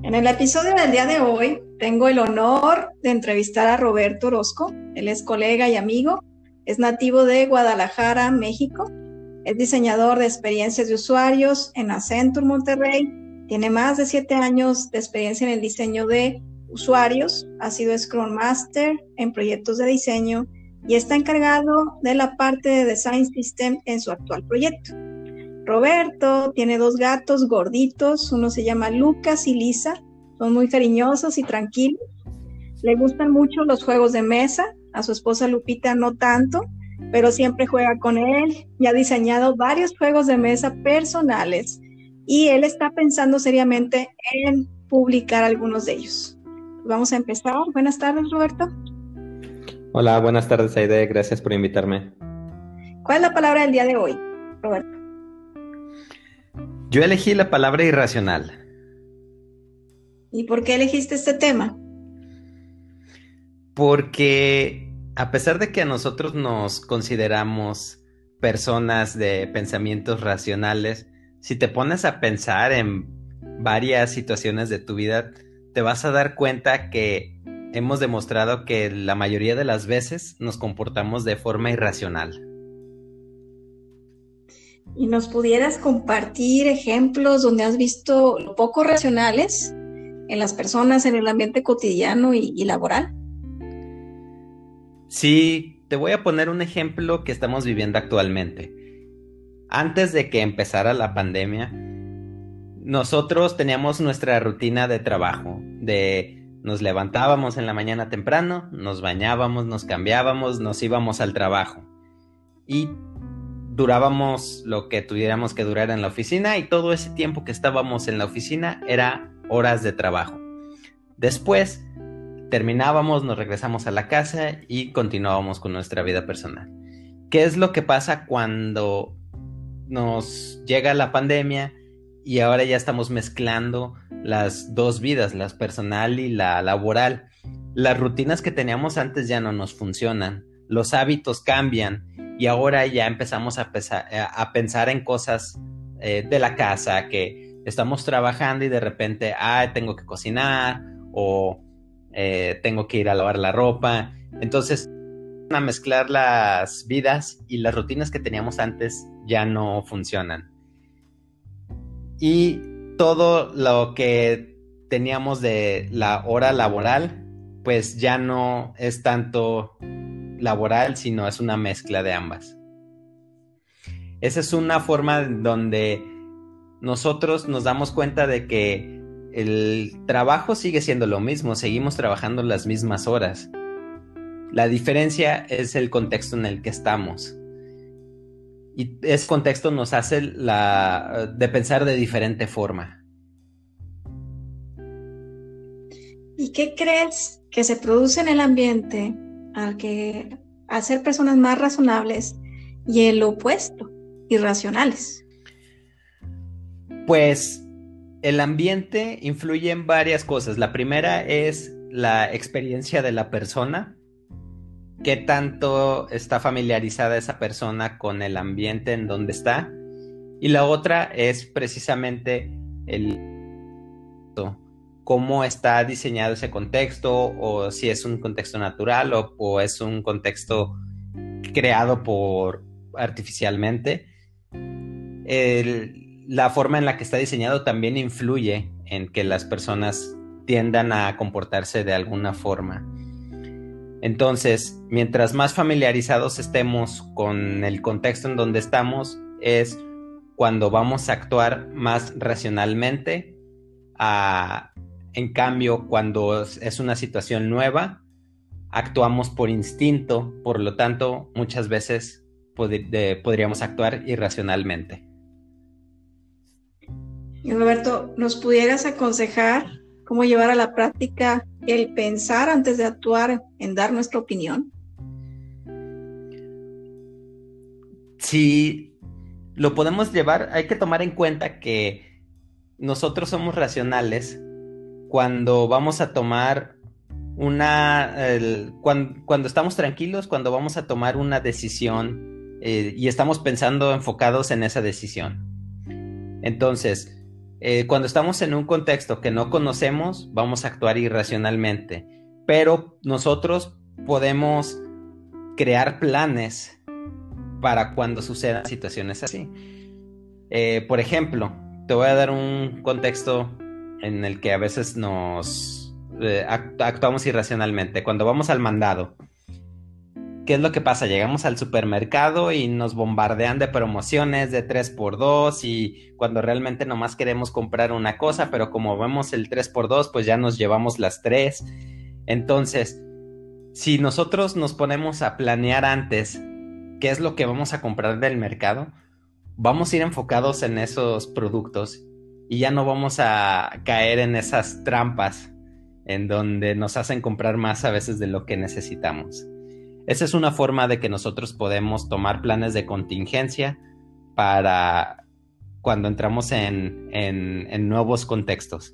En el episodio del día de hoy tengo el honor de entrevistar a Roberto Orozco. Él es colega y amigo, es nativo de Guadalajara, México, es diseñador de experiencias de usuarios en Accenture Monterrey, tiene más de 7 años de experiencia en el diseño de usuarios, ha sido Scrum Master en proyectos de diseño y está encargado de la parte de Design System en su actual proyecto. Roberto tiene 2 gatos gorditos, uno se llama Lucas y Lisa, son muy cariñosos y tranquilos, le gustan mucho los juegos de mesa, a su esposa Lupita no tanto, pero siempre juega con él y ha diseñado varios juegos de mesa personales y él está pensando seriamente en publicar algunos de ellos. Vamos a empezar. Buenas tardes, Roberto. Hola, buenas tardes, Aide. Gracias por invitarme. ¿Cuál es la palabra del día de hoy, Roberto? Yo elegí la palabra irracional. ¿Y por qué elegiste este tema? Porque a pesar de que a nosotros nos consideramos personas de pensamientos racionales, si te pones a pensar en varias situaciones de tu vida, te vas a dar cuenta que hemos demostrado que la mayoría de las veces nos comportamos de forma irracional. ¿Y nos pudieras compartir ejemplos donde has visto lo poco racionales en las personas, en el ambiente cotidiano y laboral? Sí, te voy a poner un ejemplo que estamos viviendo actualmente. Antes de que empezara la pandemia, nosotros teníamos nuestra rutina de trabajo, nos levantábamos en la mañana temprano, nos bañábamos, nos cambiábamos, nos íbamos al trabajo y durábamos lo que tuviéramos que durar en la oficina, y todo ese tiempo que estábamos en la oficina era horas de trabajo. Después terminábamos, nos regresamos a la casa y continuábamos con nuestra vida personal. ¿Qué es lo que pasa cuando nos llega la pandemia y ahora ya estamos mezclando las dos vidas, la personal y la laboral? Las rutinas que teníamos antes ya no nos funcionan, los hábitos cambian y ahora ya empezamos a pensar en cosas de la casa, que estamos trabajando y de repente, tengo que cocinar o tengo que ir a lavar la ropa. Entonces, a mezclar las vidas y las rutinas que teníamos antes ya no funcionan. Y todo lo que teníamos de la hora laboral, pues ya no es tanto laboral, sino es una mezcla de ambas. Esa es una forma donde nosotros nos damos cuenta de que el trabajo sigue siendo lo mismo, seguimos trabajando las mismas horas. La diferencia es el contexto en el que estamos. Y ese contexto nos hace de pensar de diferente forma. ¿Y qué crees que se produce en el ambiente al ser personas más razonables y el opuesto, irracionales? Pues el ambiente influye en varias cosas. La primera es la experiencia de la persona. ¿Qué tanto está familiarizada esa persona con el ambiente en donde está? Y la otra es precisamente cómo está diseñado ese contexto, o si es un contexto natural o es un contexto creado artificialmente. La forma en la que está diseñado también influye en que las personas tiendan a comportarse de alguna forma. Entonces, mientras más familiarizados estemos con el contexto en donde estamos, es cuando vamos a actuar más racionalmente. En cambio, cuando es una situación nueva, actuamos por instinto, por lo tanto, muchas veces podríamos actuar irracionalmente. Y Roberto, ¿nos pudieras aconsejar cómo llevar a la práctica el pensar antes de actuar en dar nuestra opinión? Si lo podemos llevar, hay que tomar en cuenta que nosotros somos racionales cuando vamos a tomar cuando estamos tranquilos, cuando vamos a tomar una decisión y estamos pensando enfocados en esa decisión. Entonces, Cuando estamos en un contexto que no conocemos, vamos a actuar irracionalmente, pero nosotros podemos crear planes para cuando sucedan situaciones así. Por ejemplo, te voy a dar un contexto en el que a veces nos actuamos irracionalmente. Cuando vamos al mandado, ¿qué es lo que pasa? Llegamos al supermercado y nos bombardean de promociones de 3x2 y cuando realmente nomás queremos comprar una cosa, pero como vemos el 3x2, pues ya nos llevamos las tres. Entonces, si nosotros nos ponemos a planear antes qué es lo que vamos a comprar del mercado, vamos a ir enfocados en esos productos y ya no vamos a caer en esas trampas en donde nos hacen comprar más a veces de lo que necesitamos. Esa es una forma de que nosotros podemos tomar planes de contingencia para cuando entramos en nuevos contextos.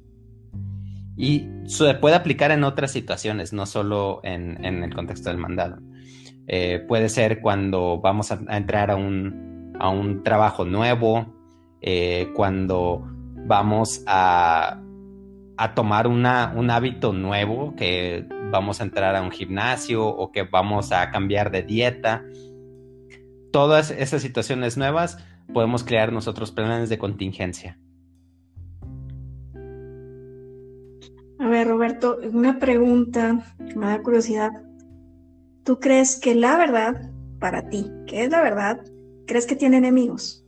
Y se puede aplicar en otras situaciones, no solo en el contexto del mandado. Puede ser cuando vamos a entrar a un trabajo nuevo, cuando vamos a tomar un hábito nuevo, que vamos a entrar a un gimnasio o que vamos a cambiar de dieta. Todas esas situaciones nuevas podemos crear nosotros planes de contingencia. A ver, Roberto, una pregunta que me da curiosidad. ¿Tú crees que la verdad, para ti, qué es la verdad, crees que tiene enemigos?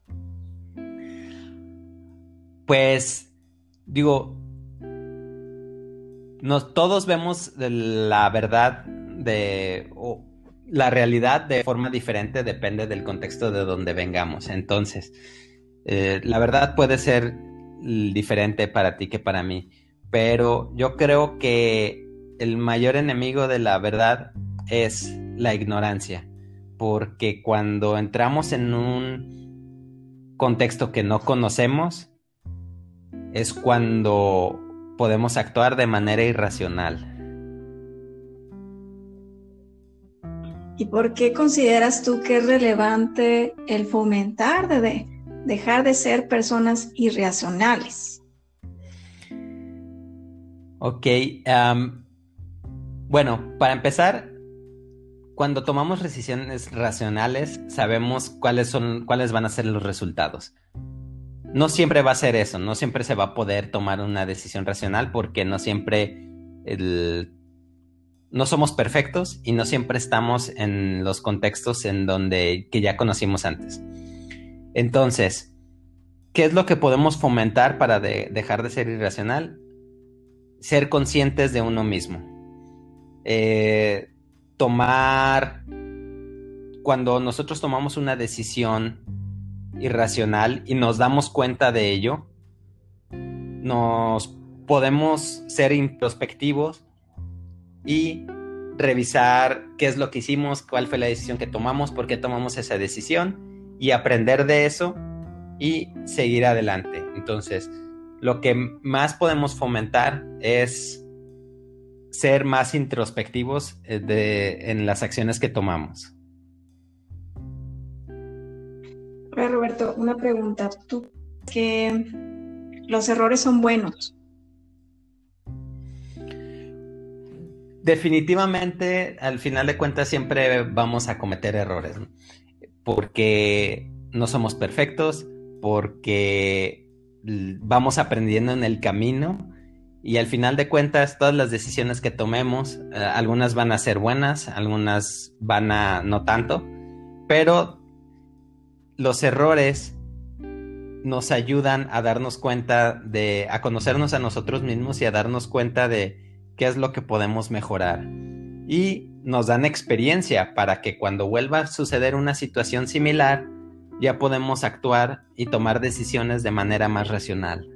Pues, digo, todos vemos la verdad o la realidad de forma diferente, depende del contexto de donde vengamos. Entonces, la verdad puede ser diferente para ti que para mí, pero yo creo que el mayor enemigo de la verdad es la ignorancia, porque cuando entramos en un contexto que no conocemos, es cuando podemos actuar de manera irracional. ¿Y por qué consideras tú que es relevante el fomentar de dejar de ser personas irracionales? Ok, bueno, para empezar, cuando tomamos decisiones racionales, sabemos cuáles van a ser los resultados. No siempre va a ser eso, no siempre se va a poder tomar una decisión racional porque no siempre no somos perfectos y no siempre estamos en los contextos que ya conocimos antes. Entonces, ¿qué es lo que podemos fomentar para dejar de ser irracional? Ser conscientes de uno mismo. Cuando nosotros tomamos una decisión irracional y nos damos cuenta de ello, nos podemos ser introspectivos y revisar qué es lo que hicimos, cuál fue la decisión que tomamos, por qué tomamos esa decisión y aprender de eso y seguir adelante. Entonces, lo que más podemos fomentar es ser más introspectivos en las acciones que tomamos. A ver, Roberto, una pregunta. ¿Tú crees que los errores son buenos? Definitivamente, al final de cuentas, siempre vamos a cometer errores, ¿no? Porque no somos perfectos, porque vamos aprendiendo en el camino y al final de cuentas, todas las decisiones que tomemos, algunas van a ser buenas, algunas van a no tanto, pero los errores nos ayudan a darnos cuenta a conocernos a nosotros mismos y a darnos cuenta de qué es lo que podemos mejorar. Y nos dan experiencia para que cuando vuelva a suceder una situación similar, ya podemos actuar y tomar decisiones de manera más racional.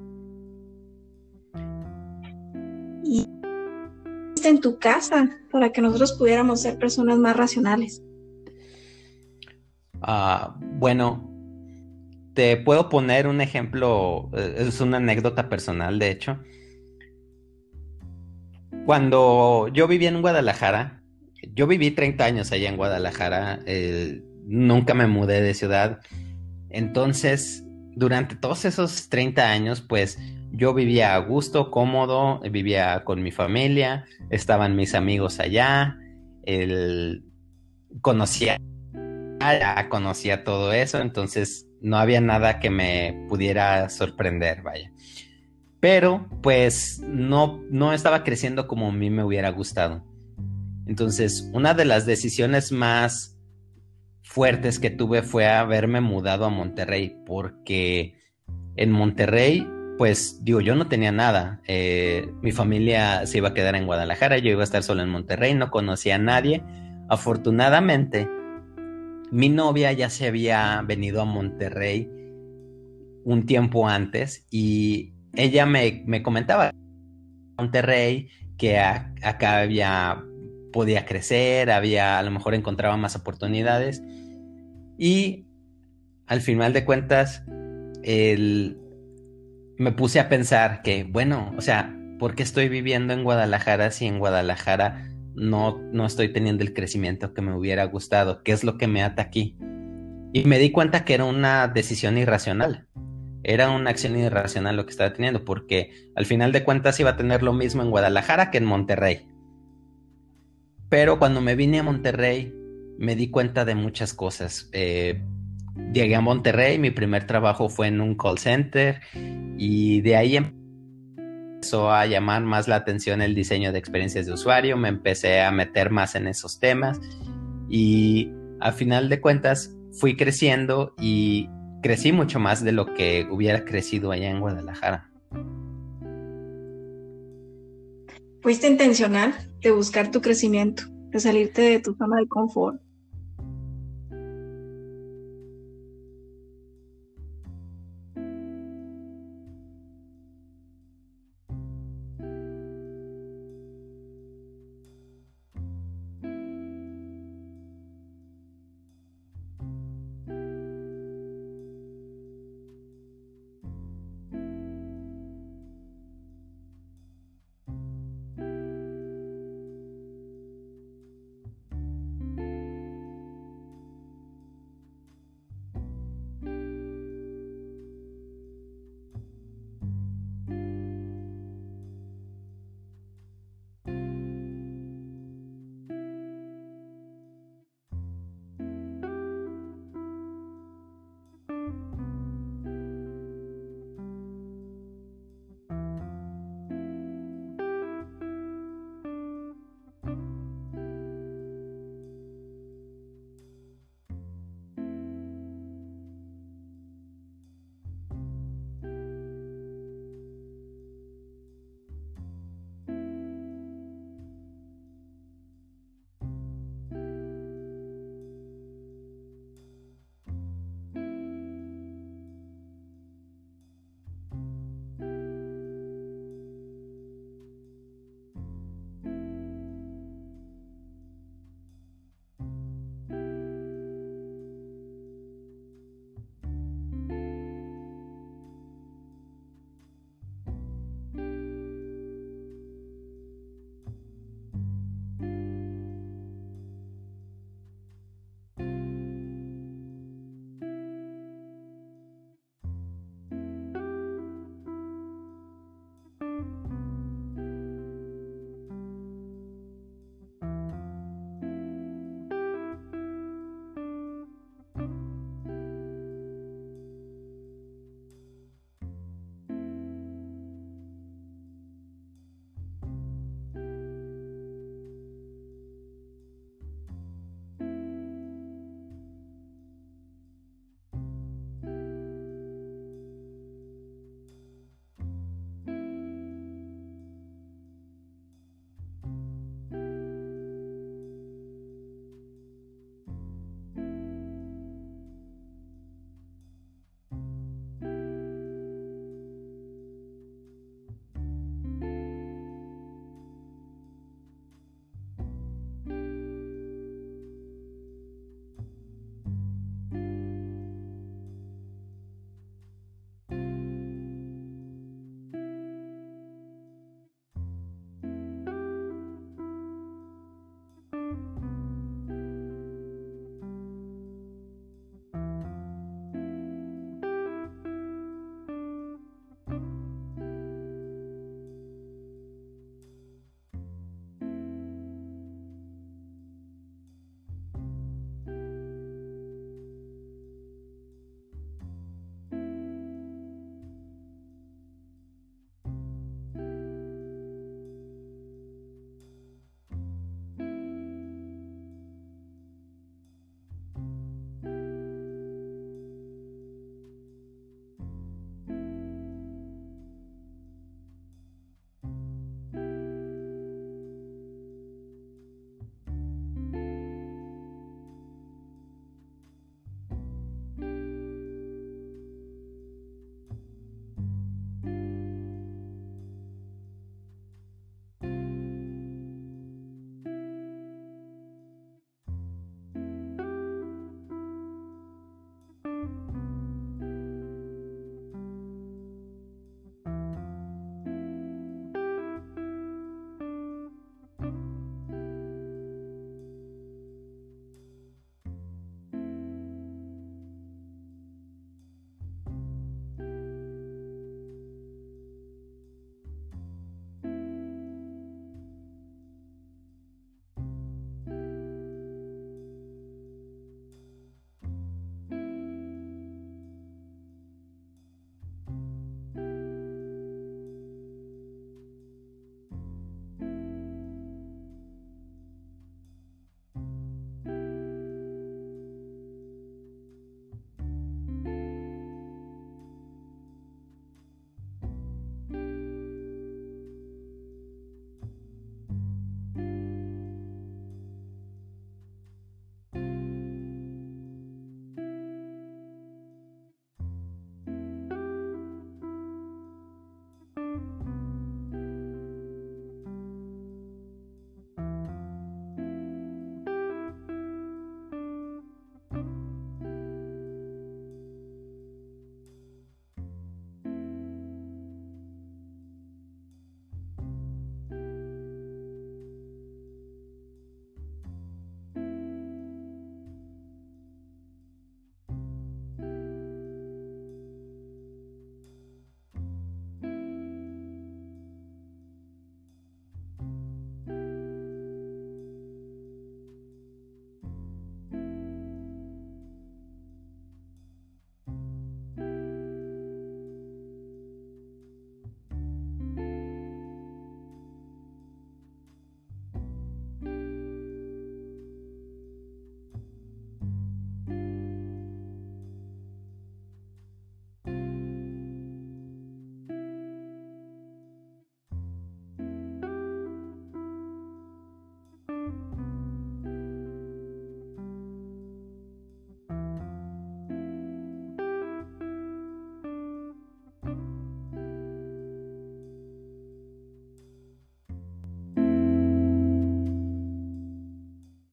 ¿Y en tu casa para que nosotros pudiéramos ser personas más racionales? Bueno, te puedo poner un ejemplo, es una anécdota personal, de hecho. Cuando yo vivía en Guadalajara, yo viví 30 años allá en Guadalajara, nunca me mudé de ciudad, entonces durante todos esos 30 años, pues yo vivía a gusto, cómodo, vivía con mi familia, estaban mis amigos allá, el, conocía, ya conocía todo eso, entonces no había nada que me pudiera sorprender, vaya. Pero pues no estaba creciendo como a mí me hubiera gustado. Entonces, una de las decisiones más fuertes que tuve fue haberme mudado a Monterrey, porque en Monterrey, pues digo, yo no tenía nada. Mi familia se iba a quedar en Guadalajara, yo iba a estar solo en Monterrey, no conocía a nadie. Afortunadamente, mi novia ya se había venido a Monterrey un tiempo antes y ella me comentaba Monterrey que acá podía crecer, a lo mejor encontraba más oportunidades y al final de cuentas el, me puse a pensar que, bueno, o sea, ¿por qué estoy viviendo en Guadalajara si en Guadalajara no estoy teniendo el crecimiento que me hubiera gustado? ¿Qué es lo que me ata aquí? Y me di cuenta que era una decisión irracional. Era una acción irracional lo que estaba teniendo, porque al final de cuentas iba a tener lo mismo en Guadalajara que en Monterrey. Pero cuando me vine a Monterrey, me di cuenta de muchas cosas. Llegué a Monterrey, mi primer trabajo fue en un call center y de ahí empezó a llamar más la atención el diseño de experiencias de usuario, me empecé a meter más en esos temas y a final de cuentas fui creciendo y crecí mucho más de lo que hubiera crecido allá en Guadalajara. Fuiste intencional de buscar tu crecimiento, de salirte de tu zona de confort.